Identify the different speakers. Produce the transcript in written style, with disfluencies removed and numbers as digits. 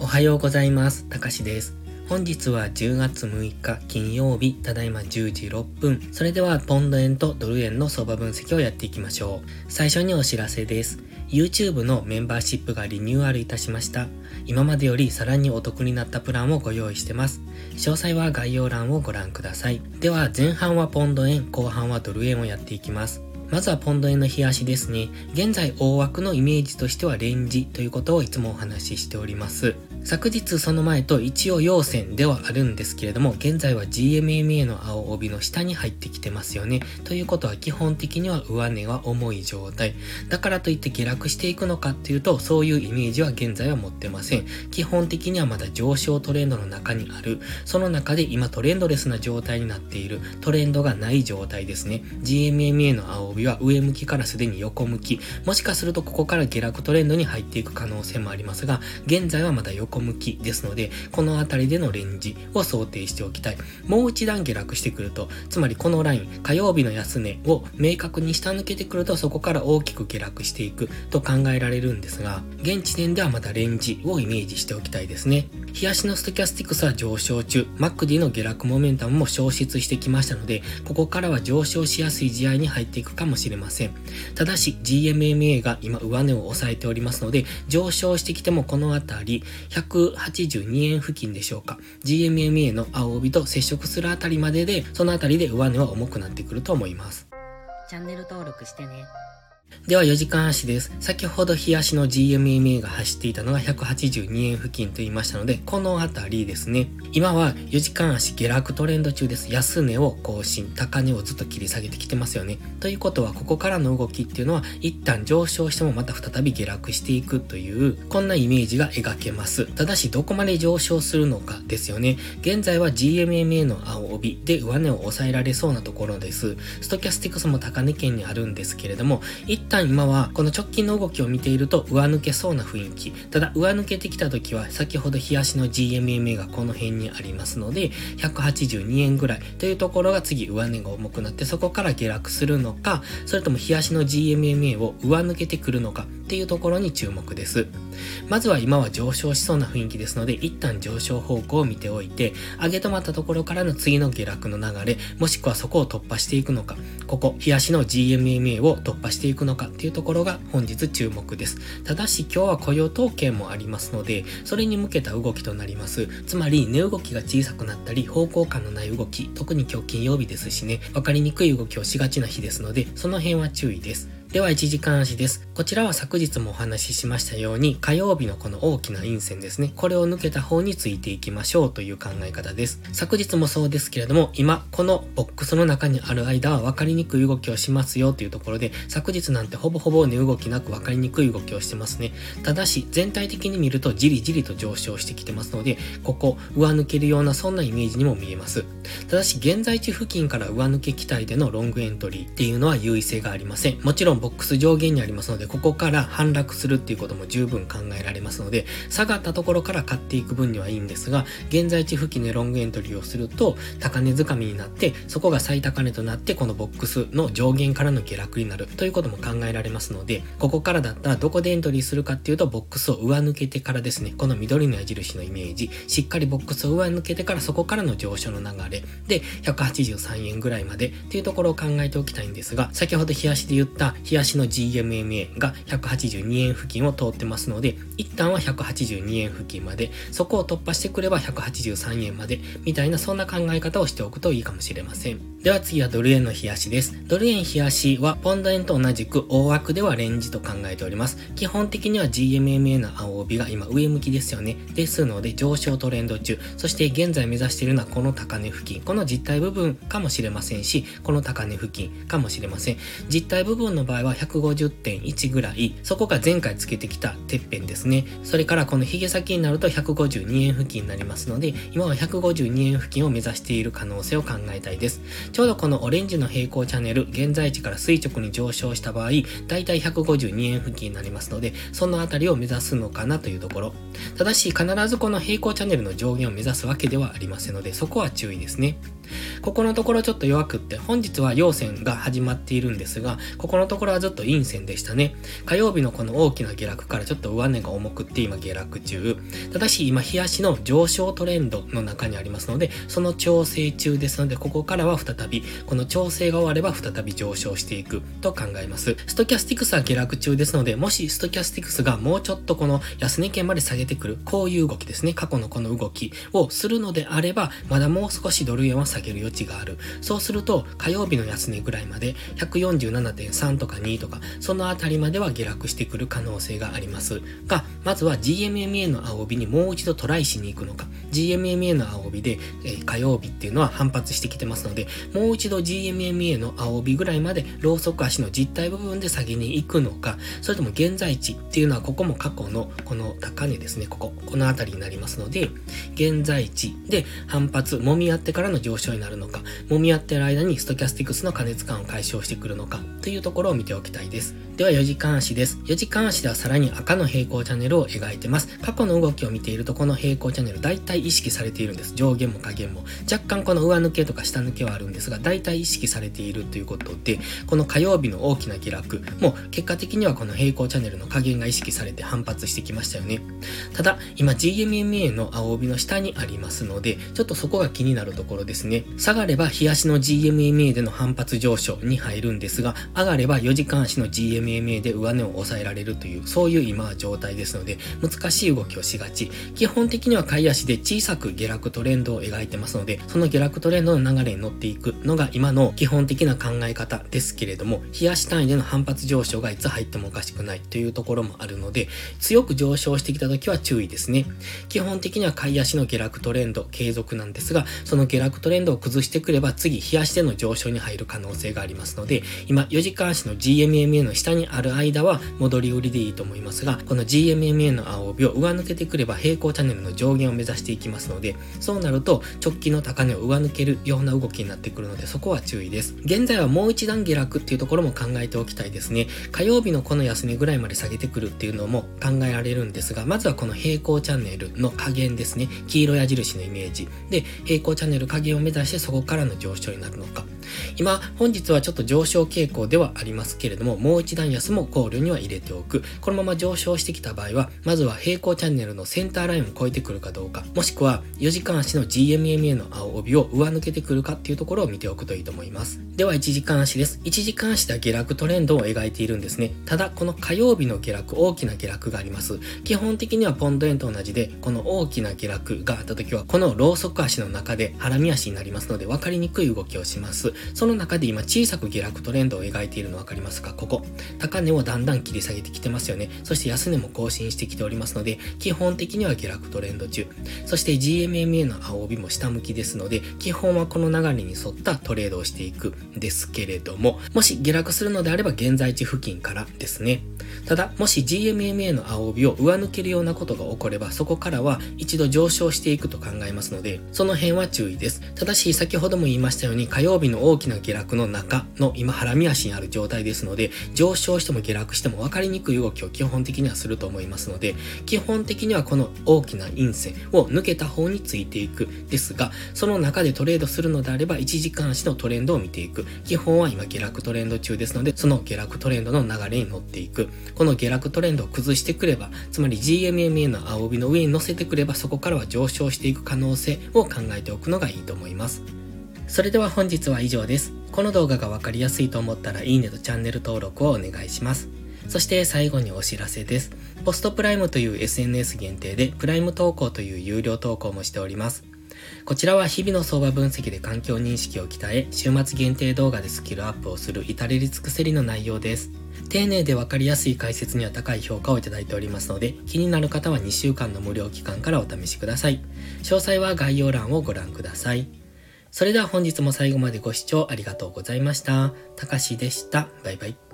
Speaker 1: おはようございます。たかしです。本日は10月6日金曜日、ただいま10時6分。それではポンド円とドル円の相場分析をやっていきましょう。最初にお知らせです。YouTube のメンバーシップがリニューアルいたしました。今までよりさらにお得になったプランをご用意してます。詳細は概要欄をご覧ください。では前半はポンド円、後半はドル円をやっていきます。まずはポンド円の日足ですね。現在大枠のイメージとしてはレンジということをいつもお話ししております。昨日その前と一応陽線ではあるんですけれども、現在は GMMA の青帯の下に入ってきてますよね。ということは基本的には上値が重い状態。だからといって下落していくのかっていうと、そういうイメージは現在は持ってません。基本的にはまだ上昇トレンドの中にある。その中で今トレンドレスな状態になっている。トレンドがない状態ですね。GMMA の青帯は上向きからすでに横向き。もしかするとここから下落トレンドに入っていく可能性もありますが、現在はまだ横向きですので、このあたりでのレンジを想定しておきたい。もう一段下落してくると、つまりこのライン、火曜日の安値を明確に下抜けてくると、そこから大きく下落していくと考えられるんですが、現時点ではまだレンジをイメージしておきたいですね。日足のストキャスティクスは上昇中、MACD の下落モメンタムも消失してきましたので、ここからは上昇しやすい試合に入っていくかもしれません。ただし GMMA が今上値を抑えておりますので、上昇してきてもこのあたり182円付近でしょうか、 GMMA の青帯と接触するあたりまでで、そのあたりで上値は重くなってくると思います。
Speaker 2: チャンネル登録してね。
Speaker 1: では4時間足です。先ほど日足の GMMA が走っていたのが182円付近と言いましたので、このあたりですね。今は4時間足下落トレンド中です。安値を更新、高値をずっと切り下げてきてますよね。ということはここからの動きっていうのは一旦上昇してもまた再び下落していくという、こんなイメージが描けます。ただしどこまで上昇するのかですよね。現在は GMMA の青帯で上値を抑えられそうなところです。ストキャスティクスも高値圏にあるんですけれども、一旦今はこの直近の動きを見ていると上抜けそうな雰囲気。ただ上抜けてきた時は先ほど日足の GMMA がこの辺にありますので、182円ぐらいというところが次上値が重くなって、そこから下落するのか、それとも日足の GMMA を上抜けてくるのかっていうところに注目です。まずは今は上昇しそうな雰囲気ですので、一旦上昇方向を見ておいて、上げ止まったところからの次の下落の流れ、もしくはそこを突破していくのか、ここ日足の GMMA を突破していくのかっていうところが本日注目です。ただし今日は雇用統計もありますので、それに向けた動きとなります。つまり値動きが小さくなったり、方向感のない動き、特に今日金曜日ですしね、分かりにくい動きをしがちな日ですので、その辺は注意です。では1時間足です。こちらは昨日もお話ししましたように、火曜日のこの大きな陰線ですね。これを抜けた方についていきましょうという考え方です。昨日もそうですけれども、今、このボックスの中にある間は分かりにくい動きをしますよというところで、昨日なんてほぼほぼ値動きなく分かりにくい動きをしてますね。ただし、全体的に見るとじりじりと上昇してきてますので、ここ、上抜けるようなそんなイメージにも見えます。ただし、現在地付近から上抜け期待でのロングエントリーっていうのは優位性がありません。もちろんボックス上限にありますので、ここから反落するっていうことも十分考えられますので、下がったところから買っていく分にはいいんですが、現在地付近でロングエントリーをすると高値掴みになって、そこが最高値となってこのボックスの上限からの下落になるということも考えられますので、ここからだったらどこでエントリーするかっていうと、ボックスを上抜けてからですね。この緑の矢印のイメージ、しっかりボックスを上抜けてから、そこからの上昇の流れで183円ぐらいまでっていうところを考えておきたいんですが、先ほど日足で言った日足の GMMA が182円付近を通ってますので、一旦は182円付近まで、そこを突破してくれば183円までみたいな、そんな考え方をしておくといいかもしれません。では次はドル円の日足です。ドル円日足はポンド円と同じく大枠ではレンジと考えております。基本的には GMMA の青帯が今上向きですよね。ですので上昇トレンド中、そして現在目指しているのはこの高値付近、この実体部分かもしれませんし、この高値付近かもしれません。実体部分の場合は150.1 ぐらい、そこが前回つけてきたてっぺんですね。それからこのヒゲ先になると152円付近になりますので、今は152円付近を目指している可能性を考えたいです。ちょうどこのオレンジの平行チャンネル、現在地から垂直に上昇した場合、だいたい152円付近になりますので、そのあたりを目指すのかなというところ。ただし必ずこの平行チャンネルの上限を目指すわけではありませんので、そこは注意ですね。ここのところちょっと弱くって、本日は陽線が始まっているんですが、ここのところころはずっと陰線でしたね。火曜日のこの大きな下落からちょっと上値が重くって今下落中。ただし今日足の上昇トレンドの中にありますので、その調整中ですので、ここからは再び、この調整が終われば再び上昇していくと考えます。ストキャスティクスは下落中ですので、もしストキャスティクスがもうちょっとこの安値圏まで下げてくる、こういう動きですね。過去のこの動きをするのであれば、まだもう少しドル円は下げる余地がある。そうすると、火曜日の安値ぐらいまで、147.3 とか2とか、そのあたりまでは下落してくる可能性がありますが、まずは GMMA の青帯にもう一度トライしに行くのか。GMMA の青帯で、火曜日っていうのは反発してきてますので、もう一度 GMMA の青帯ぐらいまでローソク足の実体部分で下げに行くのか、それとも現在地っていうのはここも過去のこの高値ですね、このあたりになりますので、現在地で反発、揉み合ってからの上昇になるのか、揉み合ってる間にストキャスティクスの過熱感を解消してくるのかというところを見ておきたいです。では4時間足です。4時間足ではさらに赤の平行チャンネルを描いてます。過去の動きを見ているとこの平行チャンネル大体意識されているんです。上限も下限も。若干この上抜けとか下抜けはあるんですが、大体意識されているということで、この火曜日の大きな下落も結果的にはこの平行チャンネルの下限が意識されて反発してきましたよね。ただ、今 GMMA の青帯の下にありますので、ちょっとそこが気になるところですね。下がれば日足の GMMA での反発上昇に入るんですが、上がれば4時間足の GMMA で上値を抑えられるという、そういう今は状態ですので、難しい動きをしがち。基本的には買い足で小さく下落トレンドを描いてますので、その下落トレンドの流れに乗っていくのが今の基本的な考え方ですけれども、日足単位での反発上昇がいつ入ってもおかしくないというところもあるので、強く上昇してきた時は注意ですね。基本的には買い足の下落トレンド継続なんですが、その下落トレンドを崩してくれば次日足での上昇に入る可能性がありますので、今4時間足の GMMA の下にある間は戻り売りでいいと思いますが、この GMMA の青帯を上抜けてくれば平行チャンネルの上限を目指していきますので、そうなると直近の高値を上抜けるような動きになってくるので、そこは注意です。現在はもう一段下落っていうところも考えておきたいですね。火曜日のこの安値ぐらいまで下げてくるっていうのも考えられるんですが、まずはこの平行チャンネルの下限ですね。黄色矢印のイメージで平行チャンネル下限を目指してそこからの上昇になるのか。今本日はちょっと上昇傾向ではありますけれども、もう一段安も考慮には入れておく。このまま上昇してきた場合は、まずは平行チャンネルのセンターラインを超えてくるかどうか、もしくは4時間足の GMMA の青帯を上抜けてくるかっていうところを見ておくといいと思います。では1時間足です。1時間足では下落トレンドを描いているんですね。ただこの火曜日の下落、大きな下落があります。基本的にはポンド円と同じで、この大きな下落があった時はこのローソク足の中でハラミ足になりますので分かりにくい動きをします。その中で今小さく下落トレンドを描いているの分かりますか？ここ高値をだんだん切り下げてきてますよね。そして安値も更新してきておりますので、基本的には下落トレンド中。そして GMMA の青帯も下向きですので、基本はこの流れに沿ったトレードをしていくんですけれども、もし下落するのであれば現在地付近からですね。ただもし GMMA の青帯を上抜けるようなことが起これば、そこからは一度上昇していくと考えますので、その辺は注意です。ただし先ほども言いましたように、火曜日の大きな下落の中の今ハラミ足にある状態ですので、上昇しても下落しても分かりにくい動きを基本的にはすると思いますので、基本的にはこの大きな陰線を抜けた方についていくですが、その中でトレードするのであれば1時間足のトレンドを見ていく。基本は今下落トレンド中ですので、その下落トレンドの流れに乗っていく。この下落トレンドを崩してくれば、つまり GMMA の青帯の上に乗せてくれば、そこからは上昇していく可能性を考えておくのがいいと思います。それでは本日は以上です。この動画がわかりやすいと思ったらいいねとチャンネル登録をお願いします。そして最後にお知らせです。ポストプライムという SNS 限定でプライム投稿という有料投稿もしております。こちらは日々の相場分析で環境認識を鍛え、週末限定動画でスキルアップをする至れり尽くせりの内容です。丁寧でわかりやすい解説には高い評価をいただいておりますので、気になる方は2週間の無料期間からお試しください。詳細は概要欄をご覧ください。それでは本日も最後までご視聴ありがとうございました。たかしでした。バイバイ。